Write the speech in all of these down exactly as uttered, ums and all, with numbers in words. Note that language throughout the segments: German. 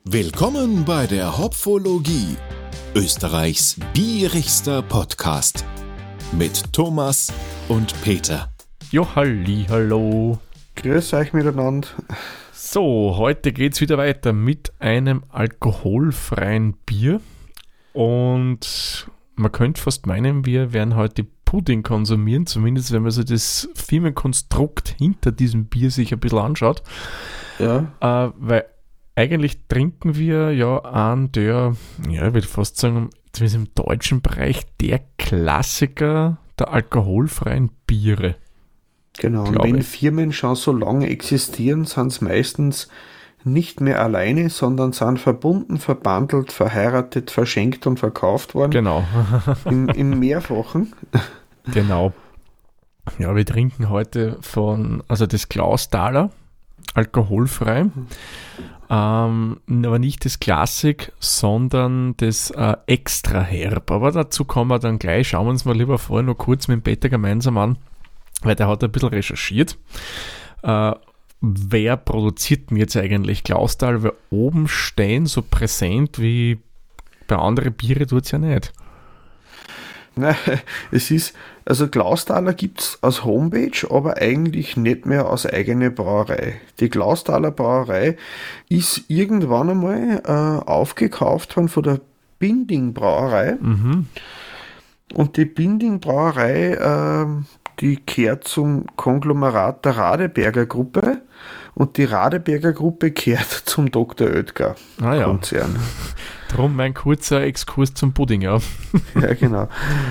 Willkommen bei der Hopfologie, Österreichs bierigster Podcast mit Thomas und Peter. Jo, halli, hallo. Grüß euch miteinander. So, heute geht's wieder weiter mit einem alkoholfreien Bier und man könnte fast meinen, wir werden heute Pudding konsumieren, zumindest wenn man so das Firmenkonstrukt hinter diesem Bier sich ein bisschen anschaut. Ja. Äh, weil eigentlich trinken wir ja einen der, ja, ich würde fast sagen, zumindest im deutschen Bereich, der Klassiker der alkoholfreien Biere. Genau, und wenn Firmen schon so lange existieren, sind es meistens nicht mehr alleine, sondern sind verbunden, verbandelt, verheiratet, verschenkt und verkauft worden. Genau. Im, im Mehrfachen. Genau. Ja, wir trinken heute von, also das Clausthaler, alkoholfrei. Mhm. Ähm, aber nicht das Klassik, sondern das äh, Extra Herb. Aber dazu kommen wir dann gleich. Schauen wir uns mal lieber vorher noch kurz mit dem Peter gemeinsam an, weil der hat ein bisschen recherchiert. Äh, wer produziert denn jetzt eigentlich Clausthaler? Weil oben stehen so präsent wie bei anderen Biere tut es ja nicht. Nein, es ist, also Clausthaler gibt es als Homepage, aber eigentlich nicht mehr als eigene Brauerei. Die Clausthaler Brauerei ist irgendwann einmal äh, aufgekauft worden von der Binding Brauerei. Mhm. Und die Binding Brauerei, äh, die gehört zum Konglomerat der Radeberger Gruppe und die Radeberger Gruppe gehört zum Doktor Oetker ah, ja. Konzern. Darum mein kurzer Exkurs zum Pudding, ja. Ja, genau.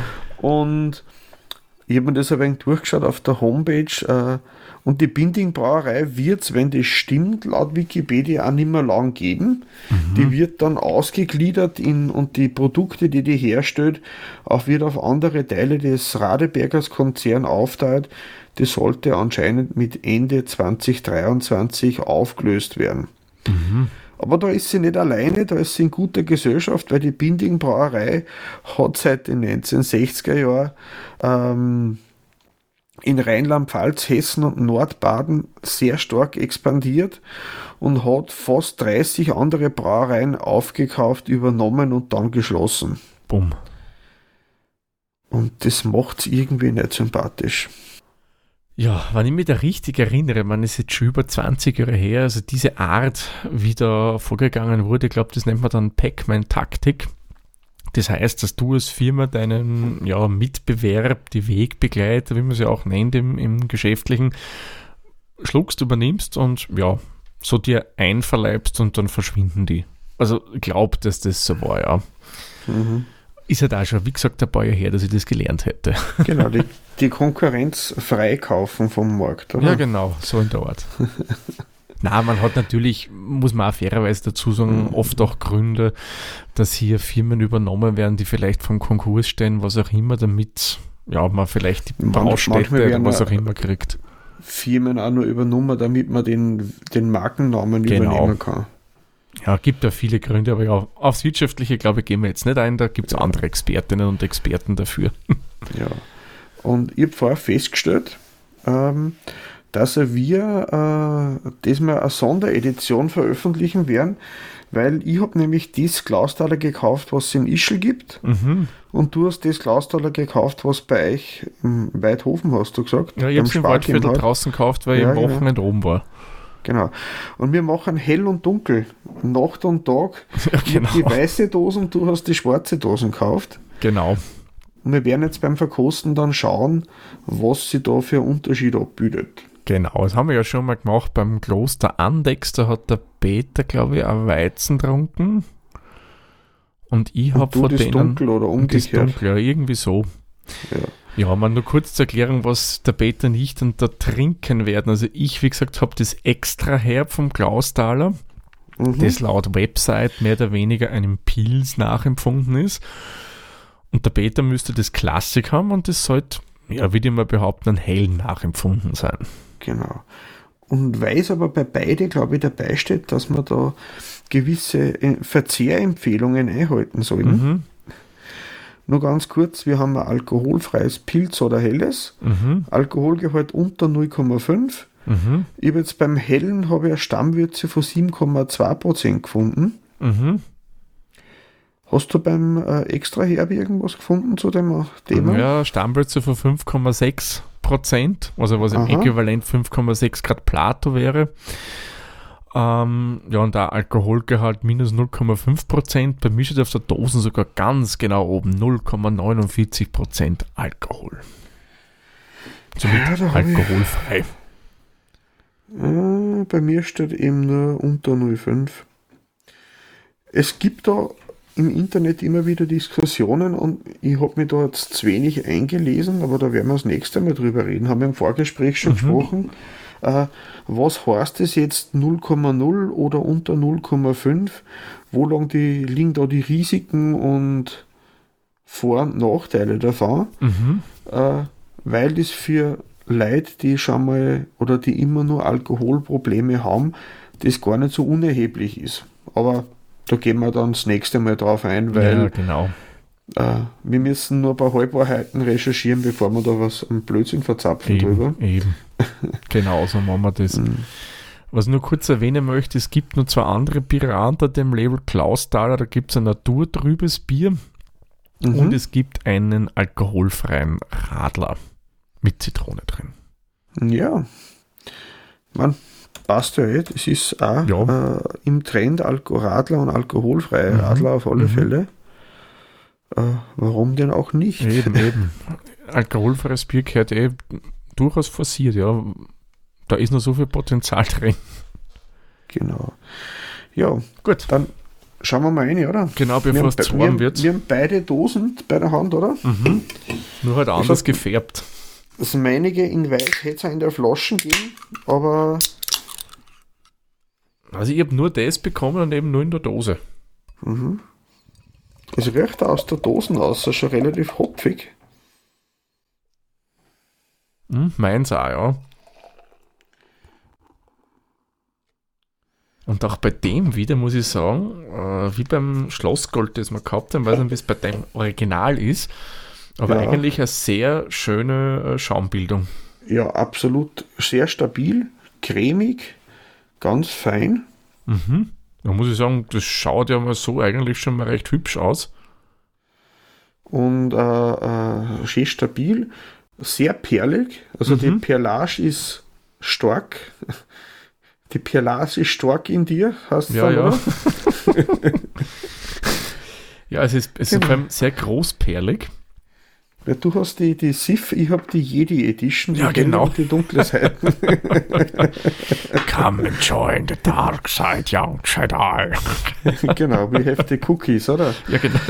Und ich habe mir das ein wenig durchgeschaut auf der Homepage äh, und die Binding Brauerei wird es, wenn das stimmt, laut Wikipedia auch nicht mehr lang geben. Mhm. Die wird dann ausgegliedert in, und die Produkte, die die herstellt, auch wird auf andere Teile des Radebergers Konzern aufteilt. Das sollte anscheinend mit Ende zwanzig dreiundzwanzig aufgelöst werden. Mhm. Aber da ist sie nicht alleine, da ist sie in guter Gesellschaft, weil die Binding Brauerei hat seit den neunzehnhundertsechziger Jahren ähm, in Rheinland-Pfalz, Hessen und Nordbaden sehr stark expandiert und hat fast dreißig andere Brauereien aufgekauft, übernommen und dann geschlossen. Bumm. Und das macht es irgendwie nicht sympathisch. Ja, wenn ich mich da richtig erinnere, man ist jetzt schon über zwanzig Jahre her, also diese Art, wie da vorgegangen wurde, ich glaube, das nennt man dann Pac-Man-Taktik. Das heißt, dass du als Firma deinen ja, Mitbewerb, die Wegbegleiter, wie man sie auch nennt im, im Geschäftlichen, schluckst, übernimmst und ja, so dir einverleibst und dann verschwinden die. Also ich glaube, dass das so war, ja. Mhm. Ist halt auch schon, wie gesagt, ein paar Jahre her, dass ich das gelernt hätte. Genau, die, die Konkurrenz freikaufen vom Markt, oder? Ja, genau, so in der Art. Na, man hat natürlich, muss man auch fairerweise dazu sagen, mhm. oft auch Gründe, dass hier Firmen übernommen werden, die vielleicht vom Konkurs stehen, was auch immer, damit ja, man vielleicht die Baustätte oder was auch immer kriegt. Firmen auch nur übernommen, damit man den, den Markennamen genau. übernehmen kann. Ja, gibt ja viele Gründe, aber ja, aufs Wirtschaftliche, glaube ich, gehen wir jetzt nicht ein, da gibt es ja. andere Expertinnen und Experten dafür. Ja, und ich habe vorher festgestellt, ähm, dass wir äh, diesmal eine Sonderedition veröffentlichen werden, weil ich habe nämlich das Clausthaler gekauft, was es in Ischl gibt, mhm. und du hast das Clausthaler gekauft, was bei euch im Weidhofen, hast du gesagt? Ja, ich habe es im Waldviertel draußen gekauft, weil ja, ich am Wochenende oben war. Genau. Und wir machen hell und dunkel, Nacht und Tag. Ja, genau. Die weiße Dosen, du hast die schwarze Dosen gekauft. Genau. Und wir werden jetzt beim Verkosten dann schauen, was sich da für ein Unterschied abbildet. Genau, das haben wir ja schon mal gemacht beim Kloster Andex, da hat der Peter, glaube ich, ein Weizen getrunken. Und ich habe von das denen... dunkel oder umgekehrt? Das dunkel, ja, irgendwie so. Ja. Ja, mal nur kurz zur Erklärung, was der Peter nicht und der trinken werden. Also ich, wie gesagt, habe das Extra Herb vom Clausthaler, mhm. das laut Website mehr oder weniger einem Pils nachempfunden ist. Und der Peter müsste das Klassik haben und das sollte, ja, würde ich mal behaupten, ein hell nachempfunden sein. Genau. Und weil es aber bei beide, glaube ich, dabei steht, dass man da gewisse Verzehrempfehlungen einhalten sollen. Mhm. Nur ganz kurz, wir haben ein alkoholfreies Pilz oder Helles, mhm. Alkoholgehalt unter null Komma fünf. Mhm. Ich habe jetzt beim Hellen habe ich eine Stammwürze von sieben Komma zwei Prozent gefunden. Mhm. Hast du beim äh, Extra Herb irgendwas gefunden zu dem Thema? Ja, Stammwürze von fünf Komma sechs Prozent, also was im Aha. Äquivalent fünf Komma sechs Grad Plato wäre. Ähm, ja, und der Alkoholgehalt minus null Komma fünf Prozent. Bei mir steht auf der Dosen sogar ganz genau oben null Komma neunundvierzig Prozent Alkohol. Somit Ja, da hab ich- alkoholfrei. Äh, bei mir steht eben nur unter null Komma fünf. Es gibt da im Internet immer wieder Diskussionen und ich habe mich da jetzt zu wenig eingelesen, aber da werden wir das nächste Mal drüber reden. Haben wir im Vorgespräch schon gesprochen. Äh, was heißt es jetzt null Komma null oder unter null Komma fünf? Wo lang die, liegen da die Risiken und Vor- und Nachteile davon? Mhm. Äh, weil das für Leute, die schon mal oder die immer nur Alkoholprobleme haben, das gar nicht so unerheblich ist. Aber da gehen wir dann das nächste Mal drauf ein, weil Ja, genau. äh, wir müssen nur ein paar Halbwahrheiten recherchieren, bevor wir da was am Blödsinn verzapfen drüber. Eben, eben. Genau, so machen wir das. Was ich nur kurz erwähnen möchte, es gibt noch zwei andere Biere unter dem Label Klausthaler. Da gibt es ein naturtrübes Bier Mhm. und es gibt einen alkoholfreien Radler mit Zitrone drin. Ja, man passt ja eh. Das ist auch Ja. äh, im Trend Alkoradler und alkoholfreie Mhm. Radler auf alle Mhm. Fälle. Äh, warum denn auch nicht? Eben, eben. Alkoholfreies Bier gehört eh durchaus forciert, ja. Da ist noch so viel Potenzial drin. Genau. Ja, Gut. dann schauen wir mal rein, oder? Genau, Wir bevor haben, es be- zu wir, warm haben, wird. wir haben beide Dosen bei der Hand, oder? Mhm. Nur halt anders hab- gefärbt. Das meinige in weiß hätte es auch in der Flaschen geben, aber Also ich habe nur das bekommen und eben nur in der Dose. mhm. Es riecht aus der Dosen aus, also schon relativ hopfig. Hm, meins auch, ja. Und auch bei dem wieder muss ich sagen, äh, wie beim Schlossgold, das wir gehabt haben, weiß nicht, wie es bei dem Original ist, aber Ja. eigentlich eine sehr schöne äh, Schaumbildung. Ja, absolut sehr stabil, cremig, ganz fein. Mhm. Da muss ich sagen, das schaut ja mal so eigentlich schon mal recht hübsch aus. Und äh, äh, schön stabil, sehr perlig. Also die Mhm. Perlage ist stark. Die Perlage ist stark in dir, hast du Ja, dann, ja. oder? Ja, es ist, es ist vor allem sehr großperlig. Ja, du hast die, die Sif, ich habe die Jedi Edition, die Ja, helle genau. und die dunkle Seiten. Come and join the dark side, young Jedi. Genau, wie heftige Cookies, oder? Ja, genau.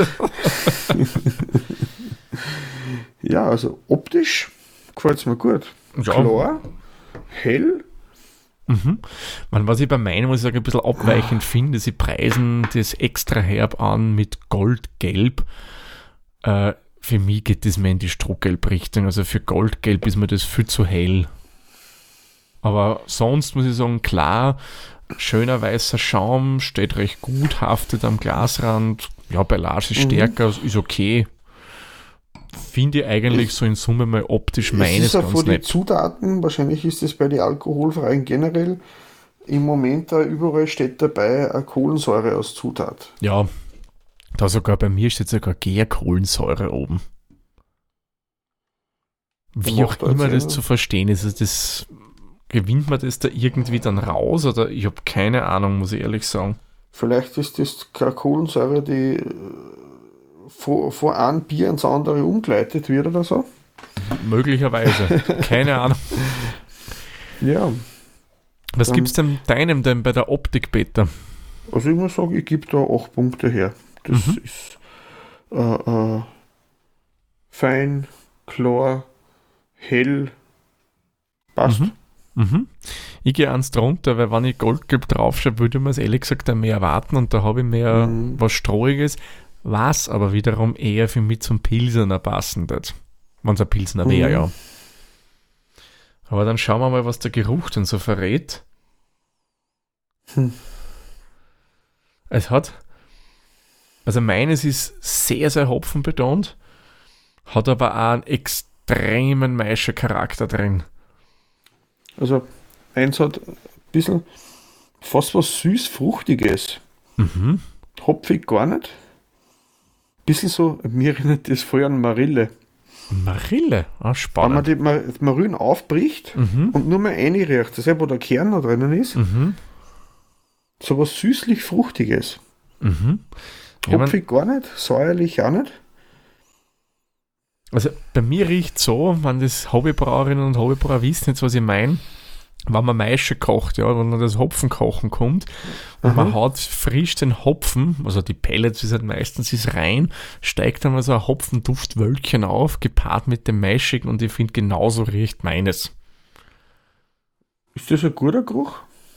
Ja, also optisch gefällt es mir gut. Ja. Klar, hell. Mhm. Man, was ich bei meinen, muss ich sagen, ein bisschen abweichend finde, sie preisen das extra herb an mit Goldgelb. Äh, für mich geht das mehr in die Strohgelb-Richtung. Also für Goldgelb ist mir das viel zu hell. Aber sonst muss ich sagen, klar, schöner weißer Schaum, steht recht gut, haftet am Glasrand. Ja, Beilage ist Mhm. stärker, ist okay. Finde ich eigentlich so in Summe mal optisch Es meines ist ja ganz von den nett. Zutaten, wahrscheinlich ist es bei den alkoholfreien generell, im Moment da überall steht dabei eine Kohlensäure als Zutat. Ja, da sogar bei mir steht sogar Gärkohlensäure oben. Wie auch Macht also immer das Sinn. zu verstehen ist. Also das, gewinnt man das da irgendwie dann raus oder ich habe keine Ahnung, muss ich ehrlich sagen. Vielleicht ist das keine Kohlensäure, die äh, von, von einem Bier ins andere umgeleitet wird oder so. Möglicherweise. Keine Ahnung. Ja, Was Dann- gibt es denn deinem denn bei der Optik, Peter? also ich muss sagen, ich gebe da acht Punkte her. Das Mhm. ist äh, äh, fein, klar, hell, passt. Mhm. Mhm. Ich gehe eins drunter, weil wenn ich Goldgelb draufschaue, würde man es ehrlich gesagt mehr erwarten und da habe ich mehr Mhm. was Strohiges, was aber wiederum eher für mich zum Pilsener passen wird. Wenn es ein Pilsner wäre, Mhm. ja. Aber dann schauen wir mal, was der Geruch denn so verrät. Hm. Es hat, also meines ist sehr, sehr hopfenbetont, hat aber auch einen extremen Maischer-Charakter drin. Also eins hat ein bisschen fast was süß-fruchtiges. Mhm. Hopfig gar nicht. Bisschen so, mir erinnert das voll an Marille. Marille? Ah, Wenn spannend. man die Mar- Marillen aufbricht Mhm. und nur mal reinriecht, das ist, wo der Kern noch drinnen ist, Mhm. so was süßlich-fruchtiges. Mhm. Ja, man, Hopfig gar nicht, säuerlich auch nicht. also bei mir riecht so, wenn das Hobbybrauerinnen und Hobbybrauer wissen jetzt, was ich meine, wenn man Maische kocht, ja, wenn dann das Hopfenkochen kommt und man Aha. haut frisch den Hopfen, also die Pellets ist halt meistens ist rein, steigt dann mal so ein Hopfenduftwölkchen auf, gepaart mit dem Maischigen und ich finde, genauso riecht meines. Ist das ein guter Geruch?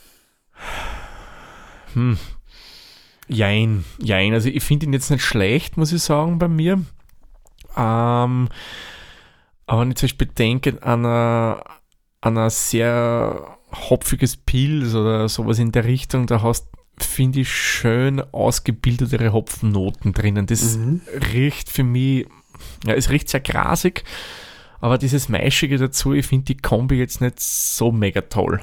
Hm. Jein, jein. Also ich finde ihn jetzt nicht schlecht, muss ich sagen, bei mir. Ähm, aber wenn ich zum Beispiel denke an ein, an ein sehr hopfiges Pils oder sowas in der Richtung, da hast, finde ich, schön ausgebildetere Hopfennoten drinnen. Das Mhm. riecht für mich, ja, es riecht sehr grasig, aber dieses Maischige dazu, ich finde die Kombi jetzt nicht so mega toll.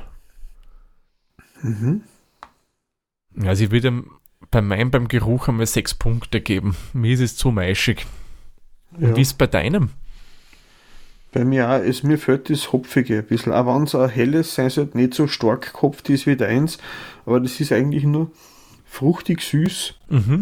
Mhm. Also ich würde bei meinem beim Geruch einmal sechs Punkte geben. Mir ist es zu maischig. Ja. Und wie ist es bei deinem? Bei mir auch, es, mir fällt das Hopfige ein bisschen. Auch wenn es ein helles sein sollte, nicht so stark gehopft ist wie deins, aber das ist eigentlich nur fruchtig süß, Mhm.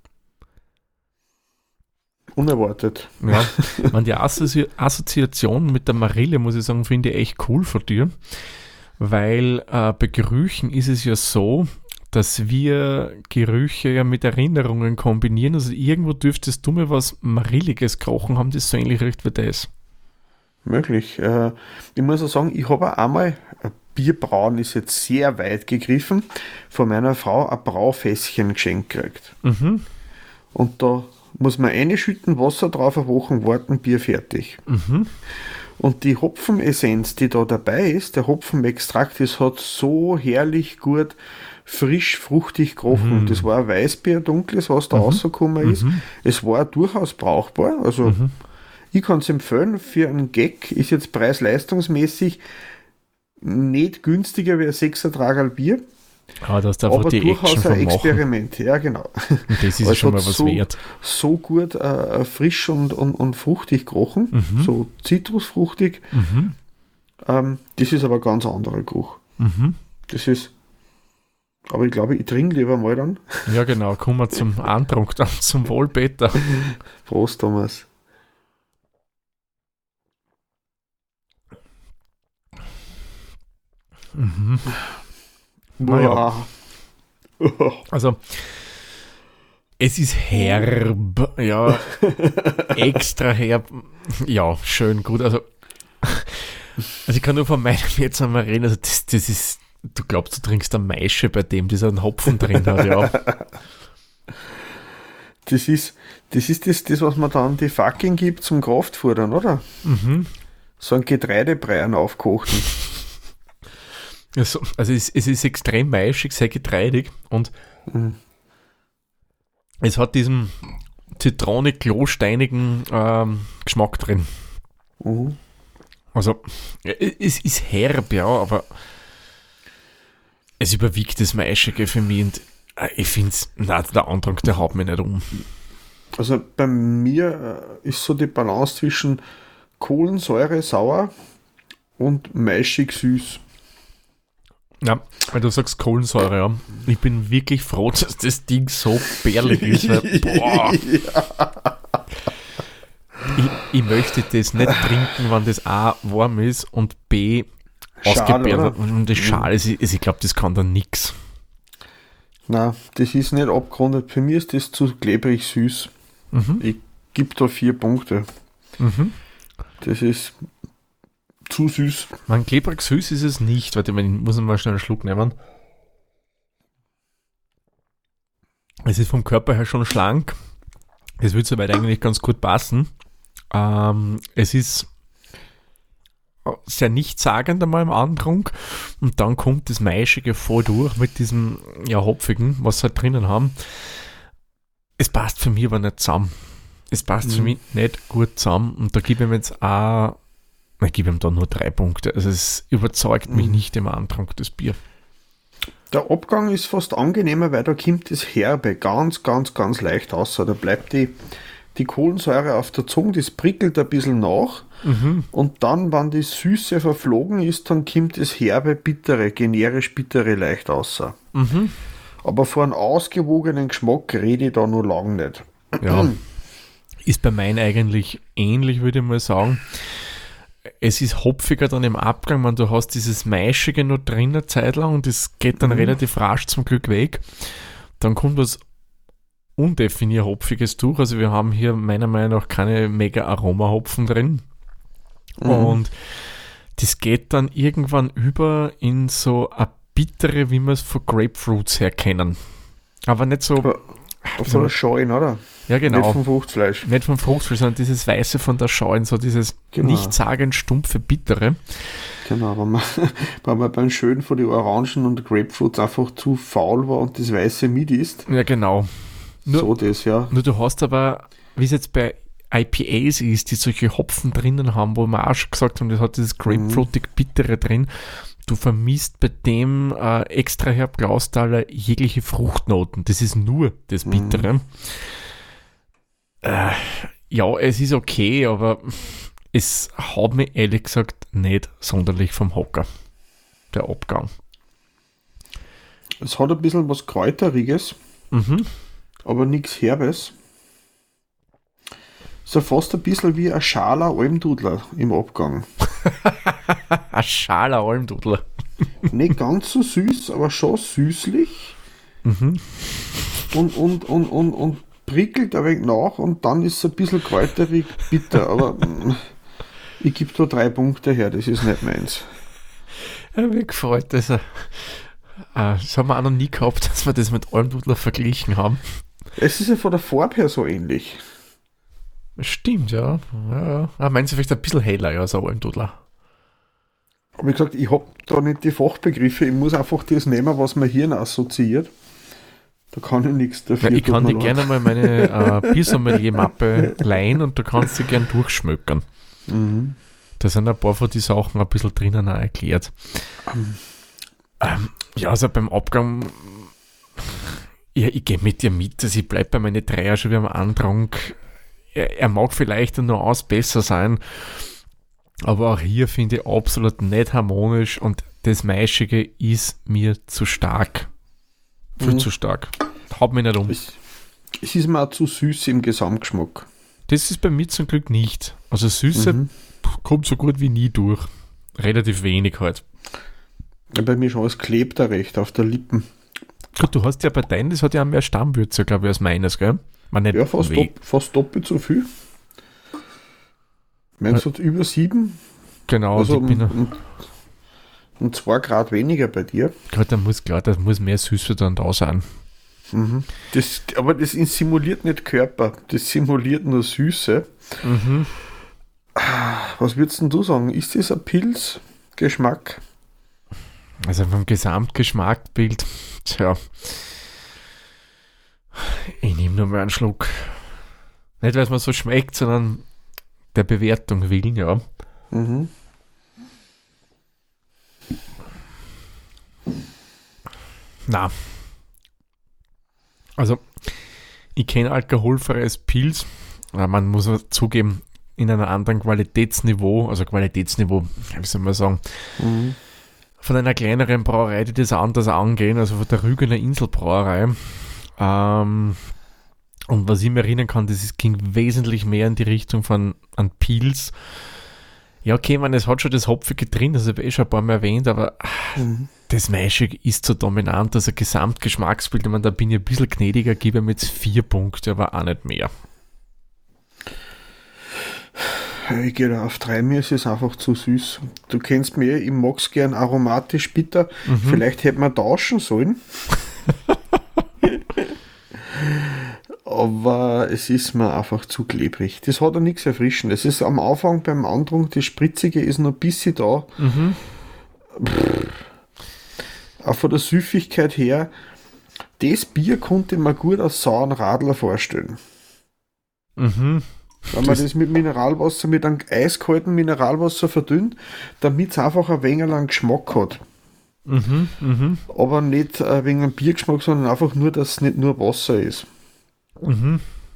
unerwartet. Ja, man, die Assozi Assoziation mit der Marille, muss ich sagen, finde ich echt cool von dir, weil äh, bei Gerüchen ist es ja so, dass wir Gerüche ja mit Erinnerungen kombinieren. Also irgendwo dürftest du mir was Marilliges gerochen haben, das so ähnlich riecht wie das. Möglich. Äh, ich muss auch sagen, ich habe auch einmal, äh, Bierbrauen ist jetzt sehr weit gegriffen, von meiner Frau ein Braufässchen geschenkt gekriegt. Mhm. Und da muss man einschütten, Wasser drauf, eine Woche warten, Bier fertig. Mhm. Und die Hopfenessenz, die da dabei ist, der Hopfenextrakt, das hat so herrlich gut frisch, fruchtig gerochen. Mhm. Das war ein Weißbier, dunkles, was da Mhm. rausgekommen ist. Mhm. Es war durchaus brauchbar. Also Mhm. ich kann es empfehlen, für einen Gag ist jetzt preis-leistungsmäßig nicht günstiger wie ein sechser Tragerl Bier, Aber das ist einfach aber die durchaus Action ein vom Machen. Experiment. Ja, genau. Und das ist Aber ja es schon hat mal was so, wert. so gut äh, frisch und, und, und fruchtig gerochen, Mhm. so zitrusfruchtig. Mhm. Ähm, das ist aber ein ganz anderer Geruch. Mhm. Das ist, aber ich glaube, ich trinke lieber mal dann. Ja, genau. Kommen wir zum Antrunk, dann zum Wohl, Peter. Prost, Thomas. Mhm. Naja. Boah. Also, es ist herb, ja, extra herb, ja, schön, gut, also, also ich kann nur von meinem jetzt einmal reden, also das, das ist, du glaubst, du trinkst eine Maische bei dem, das einen Hopfen drin hat, ja. Das ist, das ist das, das, was man dann die Fucking gibt zum Kraftfordern, oder? Mhm. So ein Getreidebrei aufkochten. Also, also es, es ist extrem maischig, sehr getreidig und Mhm. es hat diesen zitronig-klosteinigen ähm, Geschmack drin. Mhm. Also, ja, es ist herb, ja, aber es überwiegt das Maischige für mich und äh, ich finde es, nein, der Andrang, der haut mich nicht um. Also bei mir äh, ist so die Balance zwischen Kohlensäure, sauer und maischig süß. Ja, weil du sagst Kohlensäure, ja. Ich bin wirklich froh, dass das Ding so bärlig ist. Weil, boah, ich, ich möchte das nicht trinken, wenn das A warm ist und B Schal, ausgebärt oder? und das Schal ist. Ich, ich glaube, das kann dann nix. Na, das ist nicht abgerundet. Für mich ist das zu klebrig süß. Mhm. Ich gebe da vier Punkte. Mhm. Das ist zu süß. Man, klebrig süß ist es nicht. Warte mal, ich muss mal schnell einen Schluck nehmen. Es ist vom Körper her schon schlank. Es würde soweit eigentlich ganz gut passen. Ähm, es ist sehr nichtssagend einmal im Andrang und dann kommt das Maischige voll durch mit diesem ja, Hopfigen, was sie halt drinnen haben. Es passt für mich aber nicht zusammen. Es passt Mhm. für mich nicht gut zusammen und da gebe ich ihm jetzt auch, ich gebe ihm da nur drei Punkte. Also es überzeugt mich Mhm. nicht im Andrang, das Bier. Der Abgang ist fast angenehmer, weil da kommt das Herbe ganz, ganz, ganz leicht raus. Da bleibt die, die Kohlensäure auf der Zunge, das prickelt ein bisschen nach. Mhm. Und dann, wenn die Süße verflogen ist, dann kommt das Herbe, bittere, generisch bittere leicht raus. Mhm. Aber vor einem ausgewogenen Geschmack rede ich da nur lang nicht. Ja, ist bei meinen eigentlich ähnlich, würde ich mal sagen. Es ist hopfiger dann im Abgang, man, du hast dieses Maischige noch drin eine Zeit lang und das geht dann mhm. relativ rasch zum Glück weg. Dann kommt was undefiniert Hopfiges durch. Also wir haben hier meiner Meinung nach keine mega Aromahopfen drin. Mhm. Und das geht dann irgendwann über in so eine bittere, wie wir es von Grapefruits her kennen. Aber nicht so... Aber, von der Scheuen, oder? Ja, genau. Nicht vom Fruchtfleisch. Nicht vom Fruchtfleisch, sondern dieses Weiße von der Scheuen, so dieses genau. nichtssagend stumpfe, bittere. Genau, wenn man, wenn man beim Schön von den Orangen und Grapefruits einfach zu faul war und das Weiße mit isst. Ja, genau. Nur, so das, ja. Nur du hast aber, wie es jetzt bei I P As ist, die solche Hopfen drinnen haben, wo wir auch schon gesagt haben, das hat dieses Grapefruitig bittere drin. Du vermisst bei dem äh, extra herb Klaustaler jegliche Fruchtnoten. Das ist nur das Bittere. Mhm. Äh, ja, es ist okay, aber es hat mich ehrlich gesagt nicht sonderlich vom Hocker, der Abgang. Es hat ein bisschen was Kräuteriges, mhm. aber nichts Herbes. So fast ein bisschen wie ein schaler Almdudler im Abgang. Ein schaler Almdudler. Nicht ganz so süß, aber schon süßlich. Mhm. Und, und, und, und, und prickelt ein wenig nach und dann ist es ein bisschen kräuterig bitter. Aber ich gebe da drei Punkte her, das ist nicht meins. Ja, mir gefreut das. Äh, das haben wir auch noch nie gehabt, dass wir das mit Almdudler verglichen haben. Es ist ja von der Farbe her so ähnlich. Stimmt, ja. ja. Ah, meinst du vielleicht ein bisschen heller, ja, so ein Almdudler? Aber wie gesagt, ich habe da nicht die Fachbegriffe, ich muss einfach das nehmen, was mein Hirn assoziiert. Da kann ich nichts dafür. Ja, ich kann dir gerne mal meine äh, Biersommelier-Mappe leihen und du kannst sie gern durchschmökern. Mhm. Da sind ein paar von den Sachen ein bisschen drinnen auch erklärt. Mhm. Ähm, ja, also beim Abgang, ja, ich gehe mit dir mit, also ich bleibe bei meinen Dreier schon wie am Andrang. Er, er mag vielleicht nur aus besser sein, aber auch hier finde ich absolut nicht harmonisch und das Maischige ist mir zu stark. Viel mhm. zu stark. Haut mich nicht um. Es, es ist mir auch zu süß im Gesamtgeschmack. Das ist bei mir zum Glück nicht. Also Süße mhm. kommt so gut wie nie durch. Relativ wenig halt. Ja, bei mir schon, es klebt da recht auf der Lippen. Gut, du hast ja bei deinen, das hat ja mehr Stammwürze, glaube ich, als meines, gell? Man nicht ja, fast, dopp, fast doppelt so viel. Meinst du ja. über sieben? Genau. Also um, um, um zwei Grad weniger bei dir. Gerade da muss klar, da muss mehr Süße dann da sein. Mhm. Das, aber das simuliert nicht Körper, das simuliert nur Süße. Mhm. Was würdest denn du sagen? Ist das ein Pilzgeschmack? Also vom Gesamtgeschmackbild, tja, ich nehme nur mal einen Schluck. Nicht, weil es mir so schmeckt, sondern der Bewertung willen, ja. Mhm. Na. Also, ich kenne alkoholfreies Pils, man muss zugeben, in einem anderen Qualitätsniveau, also Qualitätsniveau, wie soll man sagen, mhm. von einer kleineren Brauerei, die das anders angehen, also von der Rügener Inselbrauerei. Ähm, und was ich mir erinnern kann, das ist, ging wesentlich mehr in die Richtung von an Pils. Ja, okay, man, es hat schon das Hopfige drin, das habe ich eh schon ein paar Mal erwähnt, aber mhm. das Maischig ist so dominant, also Gesamtgeschmacksbild, ich meine, da bin ich ein bisschen gnädiger, gebe ihm jetzt vier Punkte, aber auch nicht mehr. Ich gehe da auf drei, mir ist es einfach zu süß. Du kennst mich, ich mag es gern aromatisch bitter. Mhm. Vielleicht hätte man tauschen sollen. Aber es ist mir einfach zu klebrig. Das hat ja nichts Erfrischendes. Es ist am Anfang beim Andrung, das Spritzige ist noch ein bisschen da. Mhm. Auch von der Süffigkeit her, das Bier konnte man gut als sauren Radler vorstellen. Mhm. Wenn man das, das mit Mineralwasser, mit einem eiskalten Mineralwasser verdünnt, damit es einfach ein wenig lang Geschmack hat. Mhm, mhm. Aber nicht äh, wegen dem Biergeschmack, sondern einfach nur, dass es nicht nur Wasser ist. Mhm.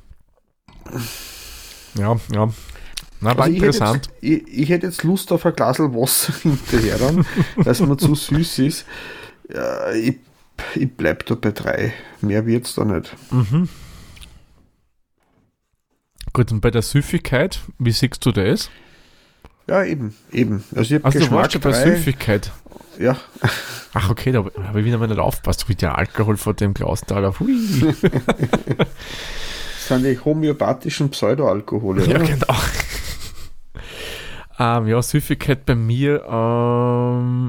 Ja, ja. Na, war Also ich, hätte interessant. jetzt, ich, ich hätte jetzt Lust auf ein Glas Wasser hinterher, dann, weil es mir zu süß ist. Ja, ich, ich bleibe da bei drei. Mehr wird es da nicht. Mhm. Gut, und bei der Süffigkeit, wie siehst du das? Ja, eben, eben. Also ich habe Also du Geschmack warst schon bei drei. Süffigkeit. Ja, Ach, okay, da habe ich wieder mal nicht aufgepasst mit der Alkohol vor dem Glas da. Hui. das sind die homöopathischen Pseudoalkohole. Ja, oder? genau. ähm, ja, Süffigkeit bei mir, ähm,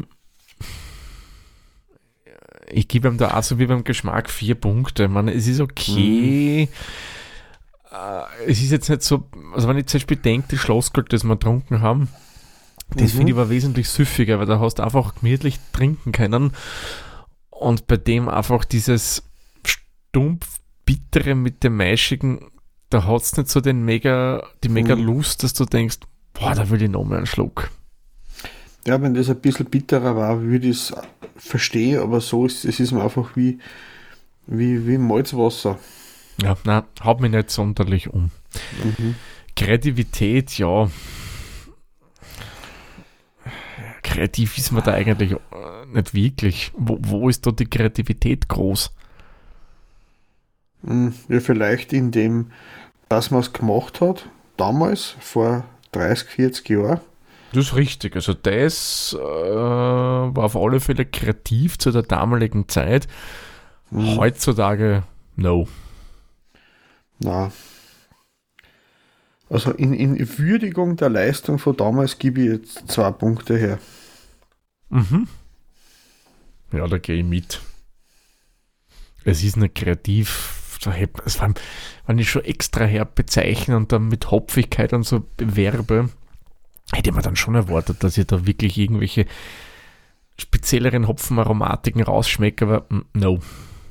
ich gebe ihm da auch so wie beim Geschmack vier Punkte. Ich meine, es ist okay. Äh, es ist jetzt nicht so, also wenn ich zum Beispiel denke, das Schlossgold, das wir getrunken haben, das Mhm. finde ich war wesentlich süffiger, weil da hast du einfach gemütlich trinken können. Und bei dem einfach dieses stumpf bittere mit dem maischigen, da hat es nicht so den mega, die mega Mhm. Lust, dass du denkst, boah, da will ich noch mal einen Schluck. Ja, wenn das ein bisschen bitterer war, würde ich es verstehen, aber so ist es ist mir einfach wie, wie, wie Malzwasser. Ja, nein, haut mich nicht sonderlich um. Mhm. Kreativität, ja. Kreativ ist man da eigentlich äh, nicht wirklich. Wo, wo ist da die Kreativität groß? Mm, Ja, vielleicht in dem, dass man es gemacht hat, damals, vor dreißig, vierzig Jahren. Das ist richtig. Also das äh, war auf alle Fälle kreativ zu der damaligen Zeit. Mhm. Heutzutage, no. Na. Also in, in Würdigung der Leistung von damals gebe ich jetzt zwei Punkte her. Mhm. Ja, da gehe ich mit. Es ist nicht kreativ. Da hätte- es war, wenn ich schon extra herb bezeichne und dann mit Hopfigkeit und so bewerbe, hätte man dann schon erwartet, dass ich da wirklich irgendwelche spezielleren Hopfenaromatiken rausschmecke, aber mm, no.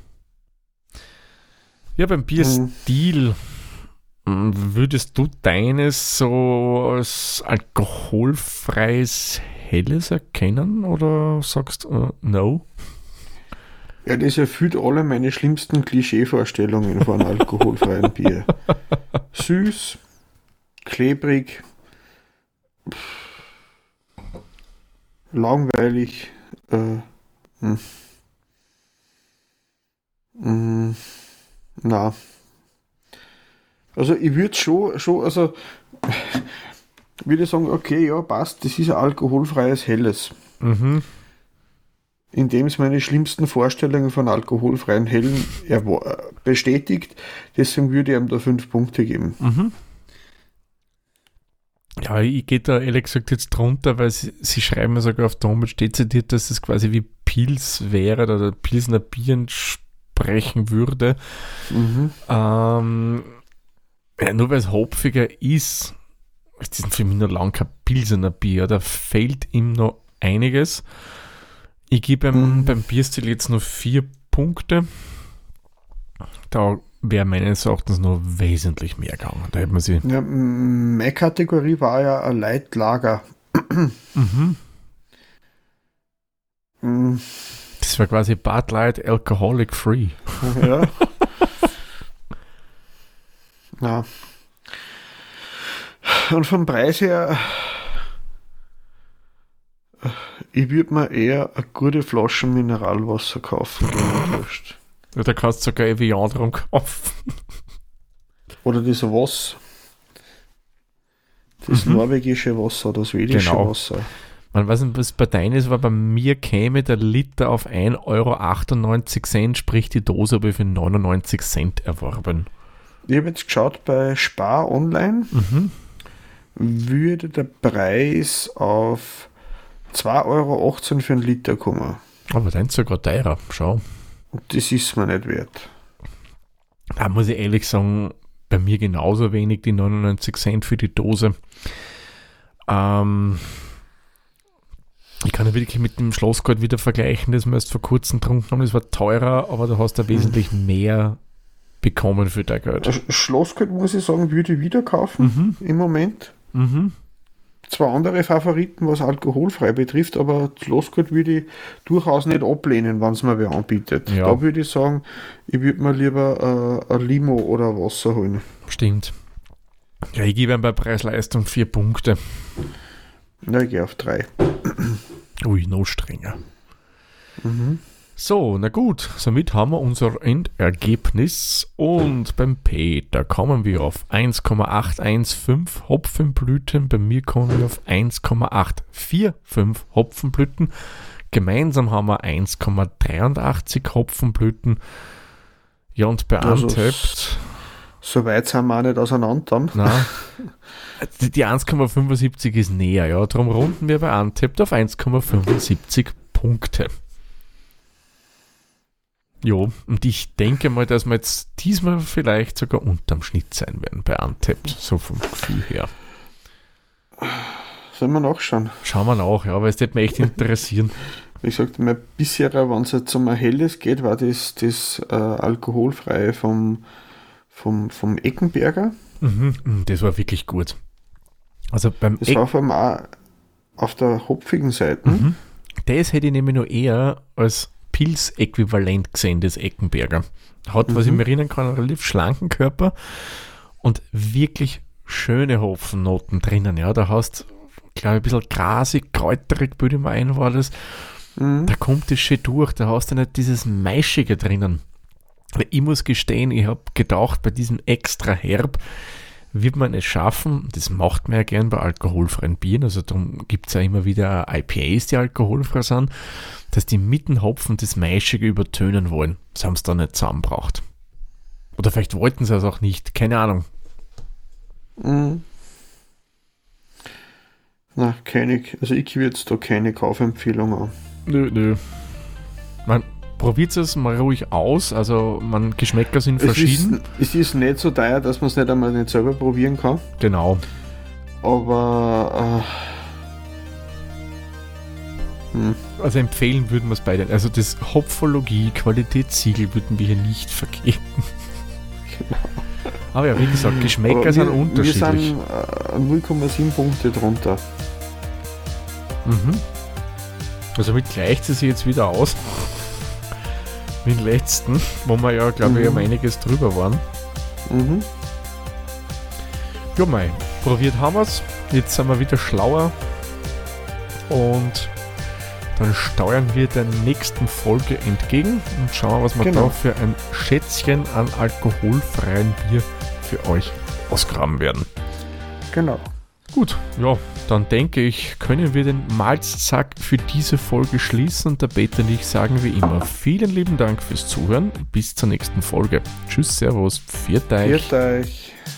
Ja, beim Bierstil mm, würdest du deines so als alkoholfreies Helles erkennen oder sagst äh, no? Ja, das erfüllt alle meine schlimmsten Klischeevorstellungen von einem alkoholfreien Bier. Süß, klebrig, langweilig, äh, hm. Mm, na. Also ich würde schon, schon, also würde sagen, okay, ja, passt, das ist ein alkoholfreies Helles. Mhm. Indem es meine schlimmsten Vorstellungen von alkoholfreien Hellen erwa- bestätigt. Deswegen würde ich ihm da fünf Punkte geben. Mhm. Ja, ich gehe da ehrlich gesagt jetzt drunter, weil sie, sie schreiben ja sogar auf der Homepage dezidiert, dass es quasi wie Pils wäre oder Pilsner Bier entsprechen würde. Mhm. Ähm, ja, nur weil es hopfiger ist, es ist für mich noch lange kein Pilsener Bier, da fehlt ihm noch einiges. Ich gebe ihm Mhm. beim Bierstil jetzt nur vier Punkte. Da wäre meines Erachtens noch wesentlich mehr gegangen. Da hätte man sie. Ja, m- meine Kategorie war ja ein Leitlager. Mhm. Mm, Das war quasi Bud Light Alcoholic Free. Ja. Ja. Und vom Preis her, ich würde mir eher eine gute Flasche Mineralwasser kaufen. gehen, wurscht. Ja, da kannst du sogar Evian drum kaufen. Oder das Wasser. Das Mhm. norwegische Wasser, das schwedische Genau. Wasser. Man weiß nicht, was bei deinen ist, aber bei mir käme der Liter auf ein Euro achtundneunzig, sprich die Dose habe ich für neunundneunzig Cent erworben. Ich habe jetzt geschaut, bei Spar Online Mhm. würde der Preis auf zwei Euro achtzehn für einen Liter kommen. Aber dein ist sogar teurer, schau. Und das ist mir nicht wert. Da muss ich ehrlich sagen, bei mir genauso wenig, die neunundneunzig Cent für die Dose. Ähm, ich kann ja wirklich mit dem Schlossgold wieder vergleichen, das wir erst vor kurzem getrunken haben. Das war teurer, aber du hast da wesentlich mehr bekommen für dein Geld. Sch- Schlossgold, muss ich sagen, würde ich wieder kaufen Mhm. im Moment. Mhm. zwei andere Favoriten, was alkoholfrei betrifft, aber das Losgut würde ich durchaus nicht ablehnen, wenn es mir wer anbietet. Ja. Da würde ich sagen, ich würde mir lieber äh, ein Limo oder Wasser holen. Stimmt. Ja, ich gebe ihm bei Preis-Leistung vier Punkte. Na, ich gehe auf drei. Ui, noch strenger. Mhm. So, na gut, somit haben wir unser Endergebnis und beim Peter kommen wir auf eins Komma acht eins fünf Hopfenblüten, bei mir kommen wir auf eins Komma acht vier fünf Hopfenblüten, gemeinsam haben wir eins Komma dreiundachtzig Hopfenblüten, ja und bei Also Untapped, so weit sind wir auch nicht auseinander. na, die, die eins Komma fünfundsiebzig ist näher, ja, darum runden wir bei Untapped auf eins Komma fünfundsiebzig Punkte. Jo, und ich denke mal, dass wir jetzt diesmal vielleicht sogar unterm Schnitt sein werden bei Untapped, so vom Gefühl her. Sollen wir nachschauen? Schauen wir nach, ja, weil es würde mich echt interessieren. Wie gesagt, mein bisherer, wenn es jetzt um ein helles geht, war das, das äh, alkoholfreie vom, vom, vom Eckenberger. Mhm, das war wirklich gut. Also beim Das Eck, war vor allem auch auf der hopfigen Seite. mhm, das hätte ich nämlich noch eher als Pils-Äquivalent gesehen, das Eckenberger. Hat, was Mhm. ich mir erinnern kann, einen relativ schlanken Körper und wirklich schöne Hopfennoten drinnen. Ja, da hast, glaube ich, ein bisschen grasig, kräuterig, würde ich mal ein, war das. Mhm. Da kommt das schön durch, da hast du nicht dieses Maischige drinnen. Weil ich muss gestehen, ich habe gedacht, bei diesem extra herb wird man es schaffen, das macht man ja gern bei alkoholfreien Bieren, also darum gibt es ja immer wieder I P As, die alkoholfrei sind, dass die mit dem Hopfen das Maischige übertönen wollen. Das haben sie da nicht zusammengebracht. Oder vielleicht wollten sie es auch nicht, keine Ahnung. Mhm. Na, keine, also ich gebe jetzt da keine Kaufempfehlung an. Nö, nö. Man probiert es mal ruhig aus, also man Geschmäcker sind verschieden. Es ist, es ist nicht so teuer, dass man es nicht einmal nicht selber probieren kann, Genau. aber äh, hm. Also empfehlen würden wir es beide. Also das Hopfologie Qualitätssiegel würden wir hier nicht vergeben. Aber ja, wie gesagt, Geschmäcker Aber sind wir, unterschiedlich. Wir sind äh, null Komma sieben Punkte drunter. Mhm. Also mit gleicht es sich jetzt wieder aus. Mit dem letzten, wo wir ja, glaube ich, Mhm. um einiges drüber waren. Mhm. Ja, mei, probiert haben wir es. Jetzt sind wir wieder schlauer. Und dann steuern wir der nächsten Folge entgegen und schauen, was wir Genau. da für ein Schätzchen an alkoholfreien Bier für euch ausgraben werden. Genau. Gut, ja, dann denke ich, können wir den Malzsack für diese Folge schließen und der Peter und ich sagen wie immer vielen lieben Dank fürs Zuhören. Bis zur nächsten Folge. Tschüss, Servus, pfiat euch. Viert euch.